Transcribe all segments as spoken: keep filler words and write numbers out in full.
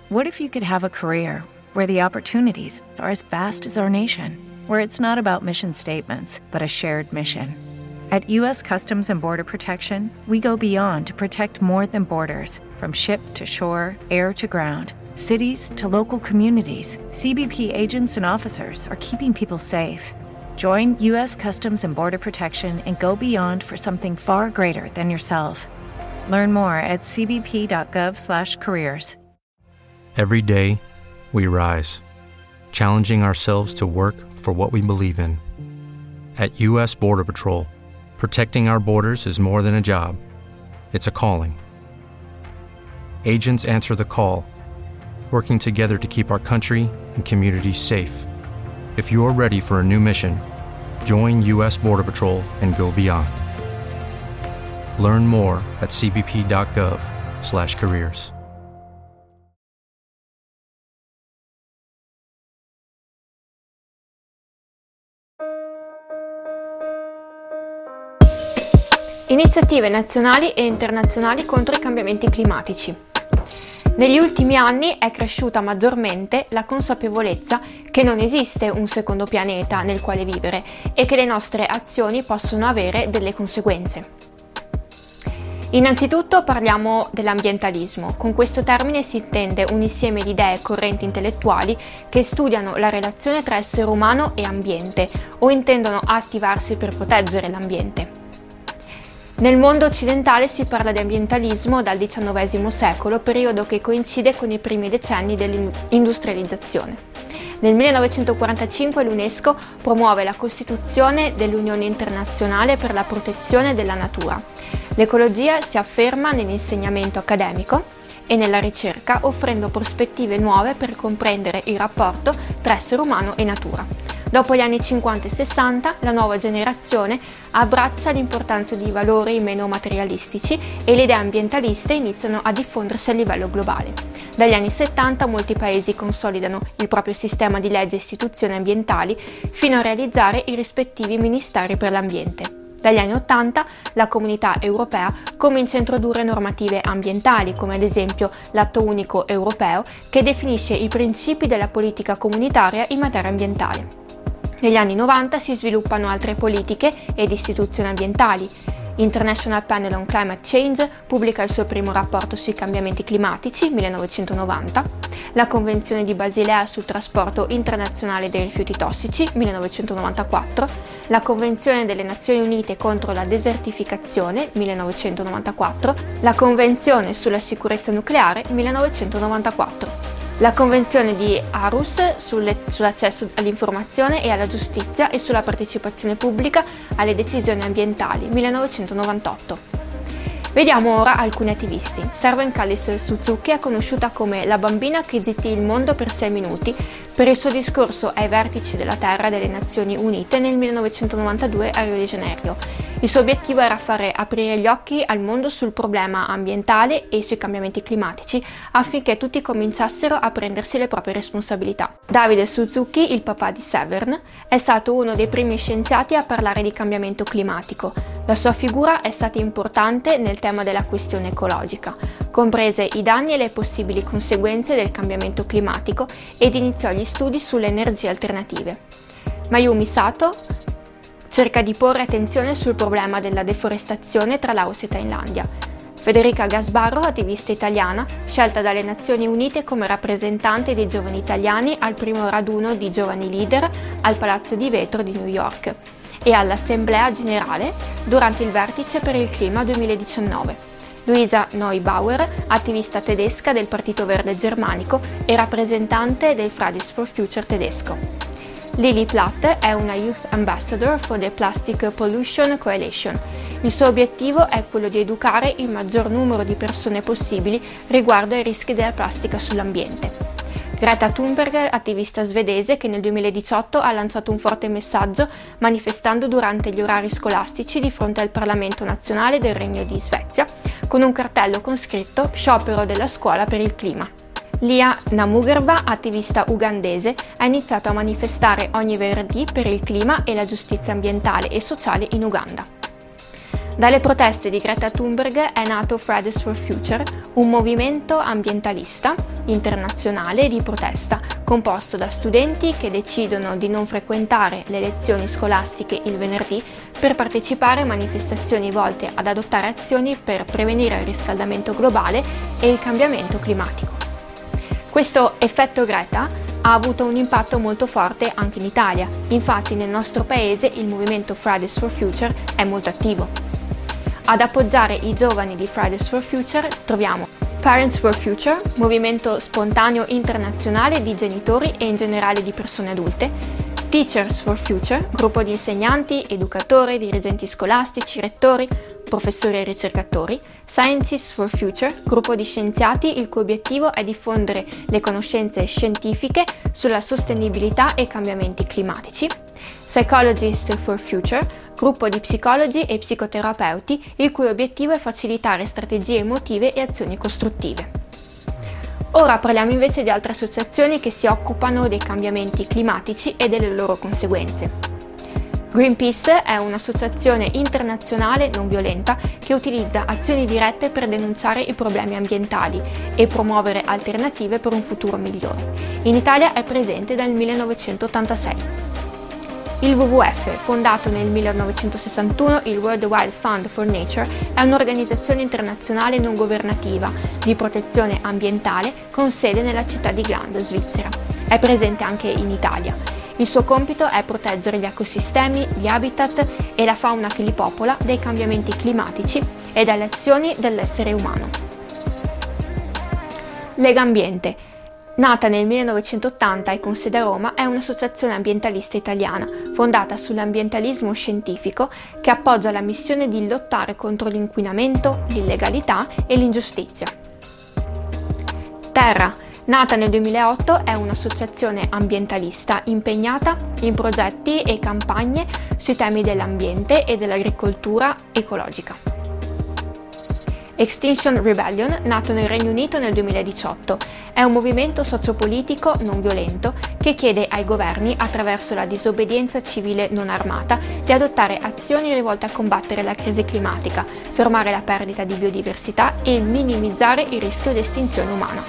What if you could have a career where the opportunities are as vast as our nation, where it's not about mission statements, but a shared mission? At U S Customs and Border Protection, we go beyond to protect more than borders. From ship to shore, air to ground, cities to local communities, C B P agents and officers are keeping people safe. Join U S Customs and Border Protection and go beyond for something far greater than yourself. Learn more at c b p dot gov slash careers. Every day, we rise, challenging ourselves to work for what we believe in. At U S Border Patrol, protecting our borders is more than a job. It's a calling. Agents answer the call, working together to keep our country and communities safe. If you're ready for a new mission, join U S Border Patrol and go beyond. Learn more at c b p dot gov slash careers. Iniziative nazionali e internazionali contro i cambiamenti climatici. Negli ultimi anni è cresciuta maggiormente la consapevolezza che non esiste un secondo pianeta nel quale vivere e che le nostre azioni possono avere delle conseguenze. Innanzitutto parliamo dell'ambientalismo. Con questo termine si intende un insieme di idee e correnti intellettuali che studiano la relazione tra essere umano e ambiente o intendono attivarsi per proteggere l'ambiente. Nel mondo occidentale si parla di ambientalismo dal diciannovesimo secolo, periodo che coincide con i primi decenni dell'industrializzazione. Nel millenovecentoquarantacinque l'UNESCO promuove la costituzione dell'Unione Internazionale per la Protezione della Natura. L'ecologia si afferma nell'insegnamento accademico e nella ricerca, offrendo prospettive nuove per comprendere il rapporto tra essere umano e natura. Dopo gli anni cinquanta e sessanta, la nuova generazione abbraccia l'importanza di valori meno materialistici e le idee ambientaliste iniziano a diffondersi a livello globale. Dagli anni settanta molti paesi consolidano il proprio sistema di leggi e istituzioni ambientali fino a realizzare i rispettivi ministeri per l'ambiente. Dagli anni ottanta la Comunità Europea comincia a introdurre normative ambientali, come ad esempio l'Atto Unico Europeo, che definisce i principi della politica comunitaria in materia ambientale. Negli anni novanta si sviluppano altre politiche ed istituzioni ambientali. International Panel on Climate Change pubblica il suo primo rapporto sui cambiamenti climatici, millenovecentonovanta, la Convenzione di Basilea sul trasporto internazionale dei rifiuti tossici, millenovecentonovantaquattro, la Convenzione delle Nazioni Unite contro la desertificazione, millenovecentonovantaquattro, la Convenzione sulla sicurezza nucleare, millenovecentonovantaquattro. La Convenzione di Aarhus sulle, sull'accesso all'informazione e alla giustizia e sulla partecipazione pubblica alle decisioni ambientali, millenovecentonovantotto. Vediamo ora alcuni attivisti. Servan Kallis Suzuki è conosciuta come la bambina che zittì il mondo per sei minuti per il suo discorso ai vertici della Terra delle Nazioni Unite nel millenovecentonovantadue a Rio de Janeiro. Il suo obiettivo era fare aprire gli occhi al mondo sul problema ambientale e sui cambiamenti climatici affinché tutti cominciassero a prendersi le proprie responsabilità. Davide Suzuki, il papà di Severn, è stato uno dei primi scienziati a parlare di cambiamento climatico. La sua figura è stata importante nel tema della questione ecologica, comprese i danni e le possibili conseguenze del cambiamento climatico ed iniziò gli studi sulle energie alternative. Mayumi Sato cerca di porre attenzione sul problema della deforestazione tra Laos e Thailandia. Federica Gasbarro, attivista italiana, scelta dalle Nazioni Unite come rappresentante dei giovani italiani al primo raduno di giovani leader al Palazzo di Vetro di New York e all'Assemblea Generale durante il Vertice per il Clima duemiladiciannove. Luisa Neubauer, attivista tedesca del Partito Verde Germanico e rappresentante del Fridays for Future tedesco. Lily Platt è una Youth Ambassador for the Plastic Pollution Coalition. Il suo obiettivo è quello di educare il maggior numero di persone possibili riguardo ai rischi della plastica sull'ambiente. Greta Thunberg, attivista svedese che nel duemiladiciotto ha lanciato un forte messaggio manifestando durante gli orari scolastici di fronte al Parlamento nazionale del Regno di Svezia con un cartello con scritto "Sciopero della scuola per il clima". Lia Namugerwa, attivista ugandese, ha iniziato a manifestare ogni venerdì per il clima e la giustizia ambientale e sociale in Uganda. Dalle proteste di Greta Thunberg è nato Fridays for Future, un movimento ambientalista internazionale di protesta composto da studenti che decidono di non frequentare le lezioni scolastiche il venerdì per partecipare a manifestazioni volte ad adottare azioni per prevenire il riscaldamento globale e il cambiamento climatico. Questo effetto Greta ha avuto un impatto molto forte anche in Italia, infatti nel nostro paese il movimento Fridays for Future è molto attivo. Ad appoggiare i giovani di Fridays for Future troviamo Parents for Future, movimento spontaneo internazionale di genitori e in generale di persone adulte, Teachers for Future, gruppo di insegnanti, educatori, dirigenti scolastici, rettori, professori e ricercatori, Scientists for Future, gruppo di scienziati il cui obiettivo è diffondere le conoscenze scientifiche sulla sostenibilità e cambiamenti climatici, Psychologists for Future, gruppo di psicologi e psicoterapeuti il cui obiettivo è facilitare strategie emotive e azioni costruttive. Ora parliamo invece di altre associazioni che si occupano dei cambiamenti climatici e delle loro conseguenze. Greenpeace è un'associazione internazionale non violenta che utilizza azioni dirette per denunciare i problemi ambientali e promuovere alternative per un futuro migliore. In Italia è presente dal millenovecentottantasei. Il W W F, fondato nel millenovecentosessantuno, il World Wide Fund for Nature, è un'organizzazione internazionale non governativa di protezione ambientale con sede nella città di Gland, Svizzera. È presente anche in Italia. Il suo compito è proteggere gli ecosistemi, gli habitat e la fauna che li popola dai cambiamenti climatici e dalle azioni dell'essere umano. Legambiente. Nata nel millenovecentottanta e con sede a Roma, è un'associazione ambientalista italiana, fondata sull'ambientalismo scientifico che appoggia la missione di lottare contro l'inquinamento, l'illegalità e l'ingiustizia. Terra, nata nel duemilaotto, è un'associazione ambientalista impegnata in progetti e campagne sui temi dell'ambiente e dell'agricoltura ecologica. Extinction Rebellion, nato nel Regno Unito nel duemiladiciotto, è un movimento sociopolitico non violento che chiede ai governi, attraverso la disobbedienza civile non armata, di adottare azioni rivolte a combattere la crisi climatica, fermare la perdita di biodiversità e minimizzare il rischio di estinzione umana.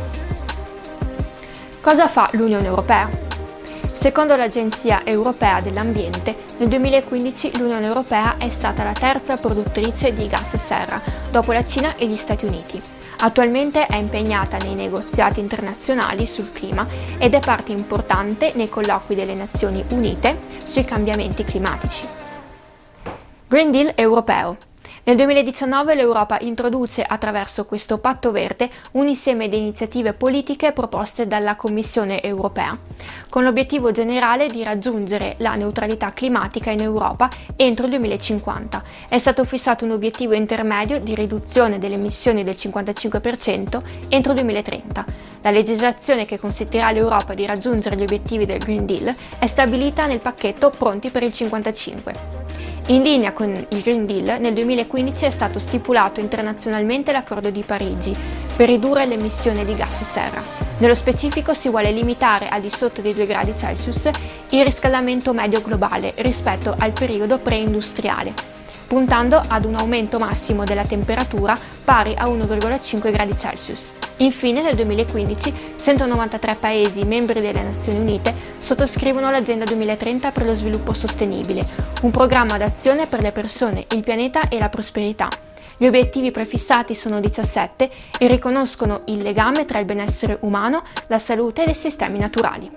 Cosa fa l'Unione Europea? Secondo l'Agenzia Europea dell'Ambiente, nel duemilaquindici l'Unione Europea è stata la terza produttrice di gas serra, dopo la Cina e gli Stati Uniti. Attualmente è impegnata nei negoziati internazionali sul clima ed è parte importante nei colloqui delle Nazioni Unite sui cambiamenti climatici. Green Deal europeo. Nel duemiladiciannove l'Europa introduce attraverso questo patto verde un insieme di iniziative politiche proposte dalla Commissione europea, con l'obiettivo generale di raggiungere la neutralità climatica in Europa entro il duemilacinquanta. È stato fissato un obiettivo intermedio di riduzione delle emissioni del cinquantacinque per cento entro il duemilatrenta. La legislazione che consentirà all'Europa di raggiungere gli obiettivi del Green Deal è stabilita nel pacchetto Pronti per il cinquantacinque. In linea con il Green Deal, nel duemilaquindici è stato stipulato internazionalmente l'Accordo di Parigi per ridurre le emissioni di gas serra. Nello specifico si vuole limitare al di sotto dei due gradi Celsius il riscaldamento medio globale rispetto al periodo preindustriale, puntando ad un aumento massimo della temperatura pari a uno virgola cinque gradi Celsius. Infine, nel duemilaquindici, centonovantatré Paesi membri delle Nazioni Unite sottoscrivono l'Agenda duemilatrenta per lo sviluppo sostenibile, un programma d'azione per le persone, il pianeta e la prosperità. Gli obiettivi prefissati sono diciassette e riconoscono il legame tra il benessere umano, la salute e i sistemi naturali.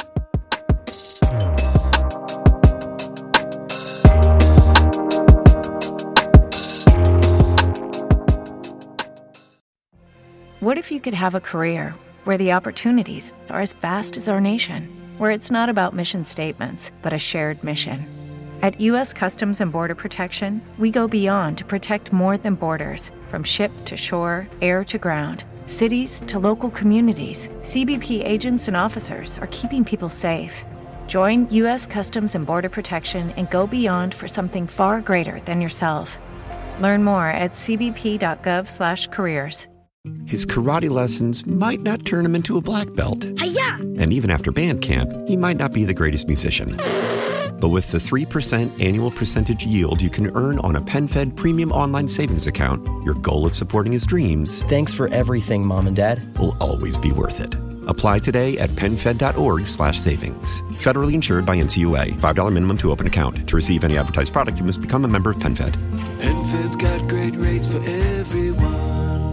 What if you could have a career where the opportunities are as vast as our nation, where it's not about mission statements, but a shared mission? At U S Customs and Border Protection, we go beyond to protect more than borders, from ship to shore, air to ground, cities to local communities. C B P agents and officers are keeping people safe. Join U S Customs and Border Protection and go beyond for something far greater than yourself. Learn more at cbp.gov slash careers. His karate lessons might not turn him into a black belt. Hi-ya! And even after band camp, he might not be the greatest musician. But with the three percent annual percentage yield you can earn on a PenFed premium online savings account, your goal of supporting his dreams... Thanks for everything, Mom and Dad. ...will always be worth it. Apply today at PenFed.org slash savings. Federally insured by N C U A. five dollars minimum to open account. To receive any advertised product, you must become a member of PenFed. PenFed's got great rates for everyone.